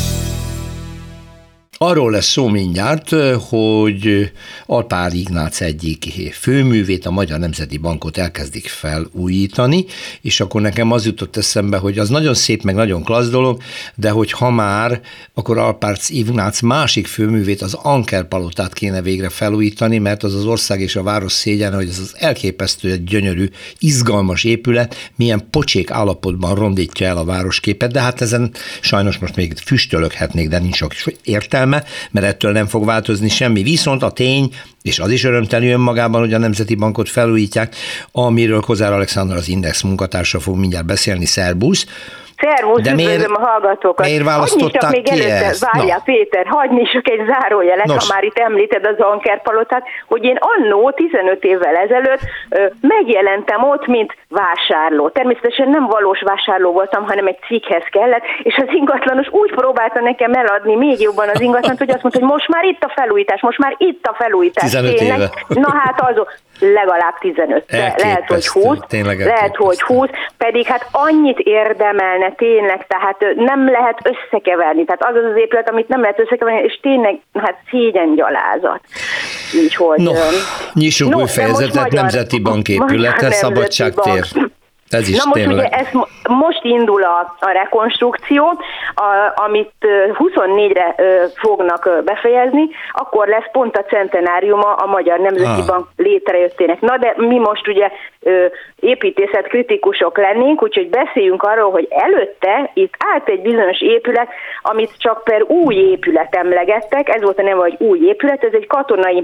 Arról lesz szó mindjárt, hogy Alpár Ignác egyik főművét, a Magyar Nemzeti Bankot elkezdik felújítani, és akkor nekem az jutott eszembe, hogy az nagyon szép, meg nagyon klassz dolog, de hogy ha már, akkor Alpár Ignác másik főművét, az Anker palotát kéne végre felújítani, mert az ország és a város szégyen, hogy ez az elképesztő, gyönyörű, izgalmas épület milyen pocsék állapotban rondítja el a városképet, de hát ezen sajnos most még füstölöghetnék, de nincs sok értelme, mert ettől nem fog változni semmi. Viszont a tény, és az is örömteli önmagában, hogy a Nemzeti Bankot felújítják, amiről Kozár Alexandra, az Index munkatársa fog mindjárt beszélni. Szerbusz! Szervusz, üdvözlöm a hallgatókat. Miért választották még ki előtte, ezt? Várjál, Péter, hagyni csak egy zárójelet, ha már itt említed az Anker palotát, hogy én annó 15 évvel ezelőtt megjelentem ott, mint vásárló. Természetesen nem valós vásárló voltam, hanem egy cikkhez kellett, és az ingatlanos úgy próbálta nekem eladni még jobban az ingatlant, hogy azt mondta, hogy most már itt a felújítás, most már itt a felújítás. 15 éve. Na hát azok. Legalább 15, lehet, hogy 20, lehet, hogy 20, pedig hát annyit érdemelne tényleg, tehát nem lehet összekeverni, tehát az az épület, amit nem lehet összekeverni, és tényleg hát szégyengyalázat. Úgyhogy... Nyissunk új fejezetet, Nemzeti Bank épülete, Szabadságtér. Ez is na most tényleg. ugye most indul a rekonstrukció, amit 24-re fognak befejezni, akkor lesz pont a centenáriuma a Magyar Nemzeti Bank létrejöttének. Na de mi most ugye építészetkritikusok lennénk, úgyhogy beszéljünk arról, hogy előtte itt állt egy bizonyos épület, amit csak per új épület emlegettek, ez volt a neve, hogy új épület, ez egy katonai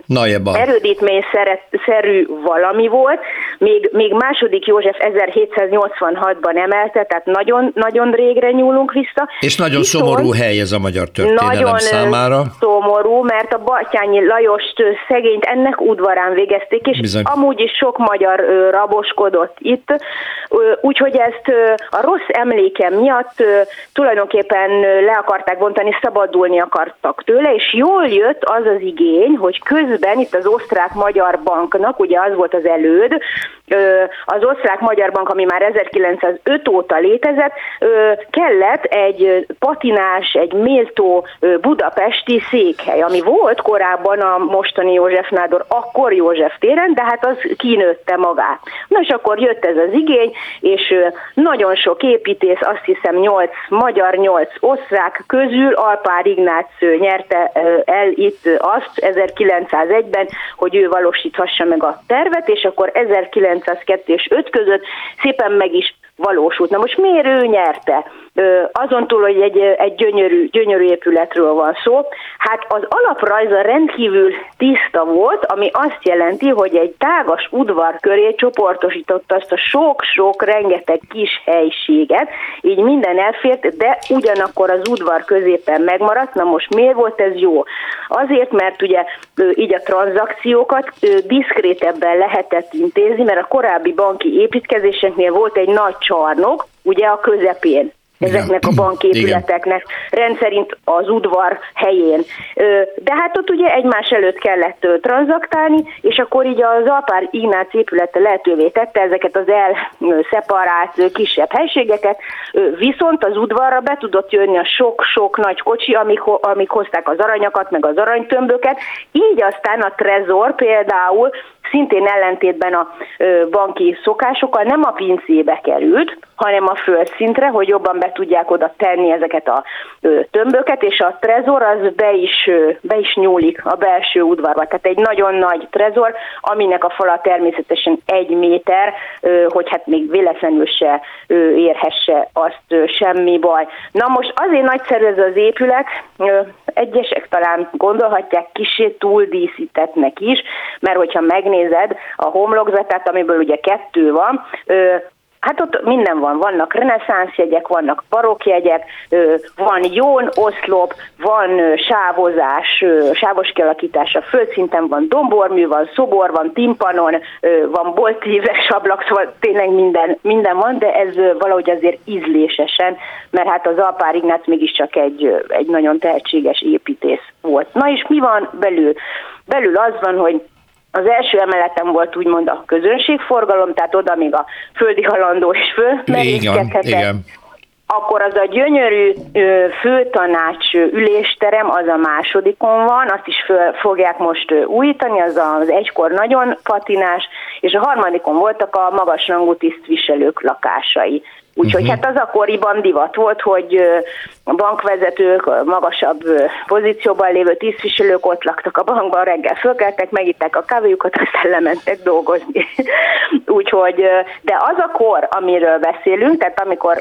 erődítményszerű valami volt, még második József 1786-ban emelte, tehát nagyon, nagyon régre nyúlunk vissza. És nagyon szomorú hely ez a magyar történelem számára. Nagyon szomorú, mert a Batthyány Lajost szegényt ennek udvarán végezték, és bizony. Amúgy is sok magyar raboskodott itt, úgyhogy ezt a rossz emléke miatt tulajdonképpen le akarták bontani, szabadulni akartak tőle, és jól jött az az igény, hogy közben itt az Osztrák-Magyar Banknak, ugye az volt az előd, az Osztrák-Magyar Bank, ami már 1905 óta létezett, kellett egy patinás, egy méltó budapesti székhely, ami volt korábban a mostani József Nádor, akkor József téren, de hát az kinőtte magát. Na és akkor jött ez az igény, és nagyon sok építész, azt hiszem 8 magyar, 8 osztrák közül Alpár Ignác nyerte el itt azt 1901-ben, hogy ő valósíthassa meg a tervet, és akkor 1902 és 5 között szépen meg is valósult. Na most miért ő nyerte? Azon túl, hogy egy gyönyörű épületről van szó, hát az alaprajza rendkívül tiszta volt, ami azt jelenti, hogy egy tágas udvar köré csoportosította azt a sok-sok rengeteg kis helységet, így minden elfért, de ugyanakkor az udvar középen megmaradt. Na most miért volt ez jó? Azért, mert ugye így a tranzakciókat diszkrétebben lehetett intézni, mert a korábbi banki építkezéseknél volt egy nagy csarnok, ugye a közepén. Ezeknek a banképületeknek rendszerint az udvar helyén. De hát ott ugye egymás előtt kellett tranzaktálni, és akkor így az Alpár Ignác épülete lehetővé tette ezeket az elszeparált kisebb helységeket, viszont az udvarra be tudott jönni a sok-sok nagy kocsi, amik hozták az aranyakat, meg az aranytömböket, így aztán a trezor például szintén ellentétben a banki szokásokkal nem a pincébe került, hanem a földszintre, hogy jobban be tudják oda tenni ezeket a tömböket, és a trezor az be is nyúlik a belső udvarba. Tehát egy nagyon nagy trezor, aminek a fala természetesen 1 méter, hogy hát még véletlenül se érhesse azt semmi baj. Na most azért nagyszerű ez az épület, egyesek talán gondolhatják, kissé túldíszítettnek is, mert hogyha megnézed a homlokzatát, amiből ugye 2 van, hát ott minden van, vannak reneszánsz jegyek, vannak barokk jegyek, van jón, oszlop, van sávozás, sávos kialakítás a földszinten, van dombormű, van szobor, van timpanon, van boltíves ablak, szóval tényleg minden van, de ez valahogy azért ízlésesen, mert hát az Alpár Ignác mégiscsak egy nagyon tehetséges építész volt. Na és mi van belül? Belül az van, hogy az első emeleten volt úgymond a közönségforgalom, tehát oda még a földi halandó is fölmerészkedhetett. Akkor az a gyönyörű főtanács ülésterem, az a másodikon van, azt is föl fogják most újítani, az egykor nagyon patinás, és a harmadikon voltak a magasrangú tisztviselők lakásai. Úgyhogy hát az akkoriban divat volt, hogy a bankvezetők, magasabb pozícióban lévő tisztviselők ott laktak a bankban, reggel fölkeltek, megitták a kávéjukat, aztán lementek dolgozni. Úgyhogy, de az a kor, amiről beszélünk, tehát amikor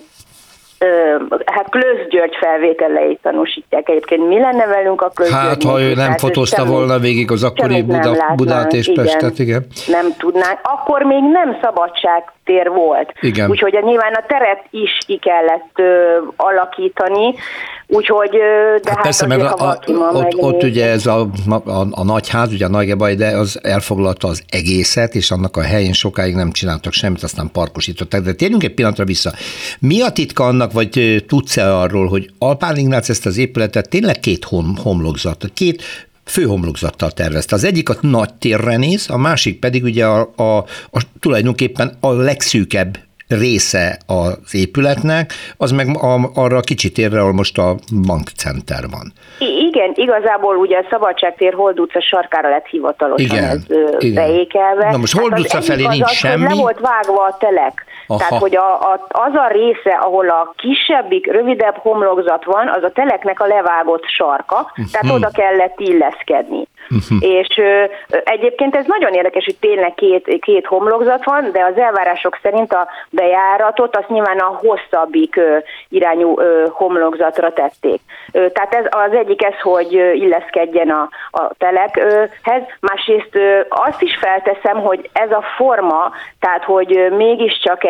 hát Klösz György felvételeit tanúsítják. Egyébként mi lenne velünk a Klösz György? Hát, ha ő nem fotózta volna végig az akkori Budát és Pestet, igen. Nem tudnánk. Akkor még nem szabadságtér volt. Igen. Úgyhogy nyilván a teret is ki kellett alakítani, úgyhogy de hát persze, azért, mert ott ugye ez a nagyház, ugye a Nagygebaj, de az elfoglalta az egészet, és annak a helyén sokáig nem csináltak semmit, aztán parkosították. De térjünk egy pillanatra vissza. Mi a titka annak, vagy tudsz-e arról, hogy Alpár Ignác ezt az épületet tényleg 2 homlokzat, 2 főhomlokzattal tervezte. Az egyik a nagy térre néz, a másik pedig ugye tulajdonképpen a legszűkebb része az épületnek, az meg arra a kicsi térre, ahol most a bankcenter van. Igen, igazából ugye a Szabadságtér Hold utca sarkára lett hivatalosan ez beékelve. Na most Hold utca felé nincs semmi. Le volt vágva a telek. Aha. Tehát, hogy az a része, ahol a kisebbik, rövidebb homlokzat van, az a teleknek a levágott sarka, tehát oda kellett illeszkedni. És egyébként ez nagyon érdekes, hogy tényleg 2 homlokzat van, de az elvárások szerint a bejáratot azt nyilván a hosszabbik irányú homlokzatra tették. Tehát ez az egyik ez, hogy illeszkedjen a telekhez, másrészt azt is felteszem, hogy ez a forma, tehát hogy mégiscsak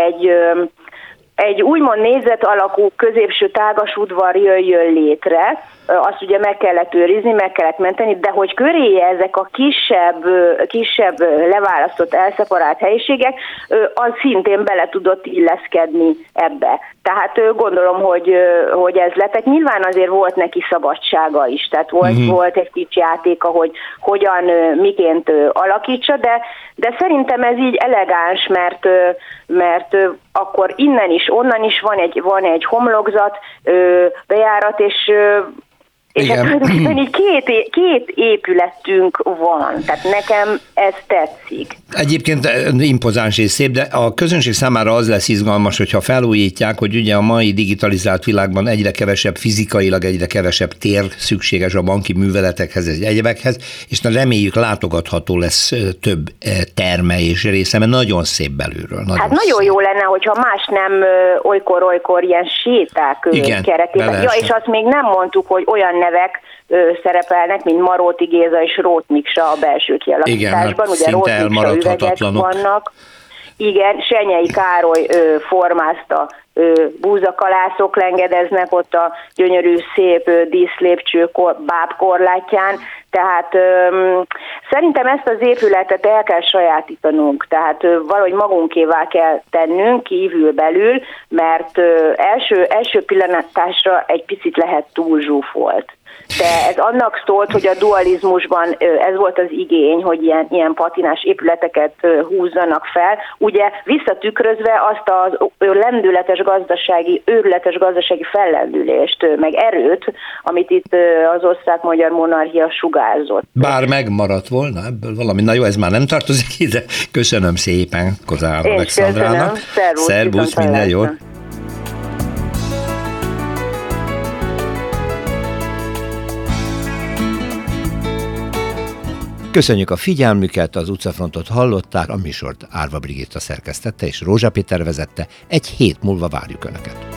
egy úgymond négyzet alakú középső tágas udvar jöjjön létre, azt ugye meg kellett őrizni, meg kellett menteni, de hogy köréje ezek a kisebb leválasztott, elszeparált helyiségek, az szintén bele tudott illeszkedni ebbe. Tehát gondolom, hogy ez lett. Tehát nyilván azért volt neki szabadsága is, tehát volt egy kicsi játéka, hogy hogyan, miként alakítsa, de szerintem ez így elegáns, mert akkor innen is, onnan is van egy homlokzat, bejárat, és tulajdonképpen így két épületünk van, tehát nekem ez tetszik. Egyébként impozáns és szép, de a közönség számára az lesz izgalmas, hogyha felújítják, hogy ugye a mai digitalizált világban egyre kevesebb fizikailag, egyre kevesebb tér szükséges a banki műveletekhez, egyebekhez, és reméljük látogatható lesz több terme és része, mert nagyon szép belülről. Nagyon szép. Jó lenne, hogyha más nem olykor ilyen séták keretében. Ja, és azt még nem mondtuk, hogy olyan nevek szerepelnek, mint Maróti Géza és Róth Miksa a belső kialakításban. Igen, hát ugye Róth Miksa üvegek vannak. Igen, Senyei Károly formázta, búzakalászok lengedeznek ott a gyönyörű szép díszlépcső bábkorlátján, Tehát szerintem ezt az épületet el kell sajátítanunk, tehát valahogy magunkévá kell tennünk kívül-belül, mert első pillanatásra egy picit lehet túl zsúfolt. De ez annak szólt, hogy a dualizmusban ez volt az igény, hogy ilyen patinás épületeket húzzanak fel, ugye visszatükrözve azt a lendületes őrületes gazdasági fellendülést, meg erőt, amit itt az osztrák-magyar monarchia sugárzott. Bár megmaradt volna ebből valami, na jó, ez már nem tartozik ide. Köszönöm szépen Kozár Alexandrának. Szervusz, minden jót! Köszönjük a figyelmüket, az utcafrontot hallották, a műsort Árva Brigitta szerkesztette és Rózsa Péter vezette. Egy hét múlva várjuk Önöket.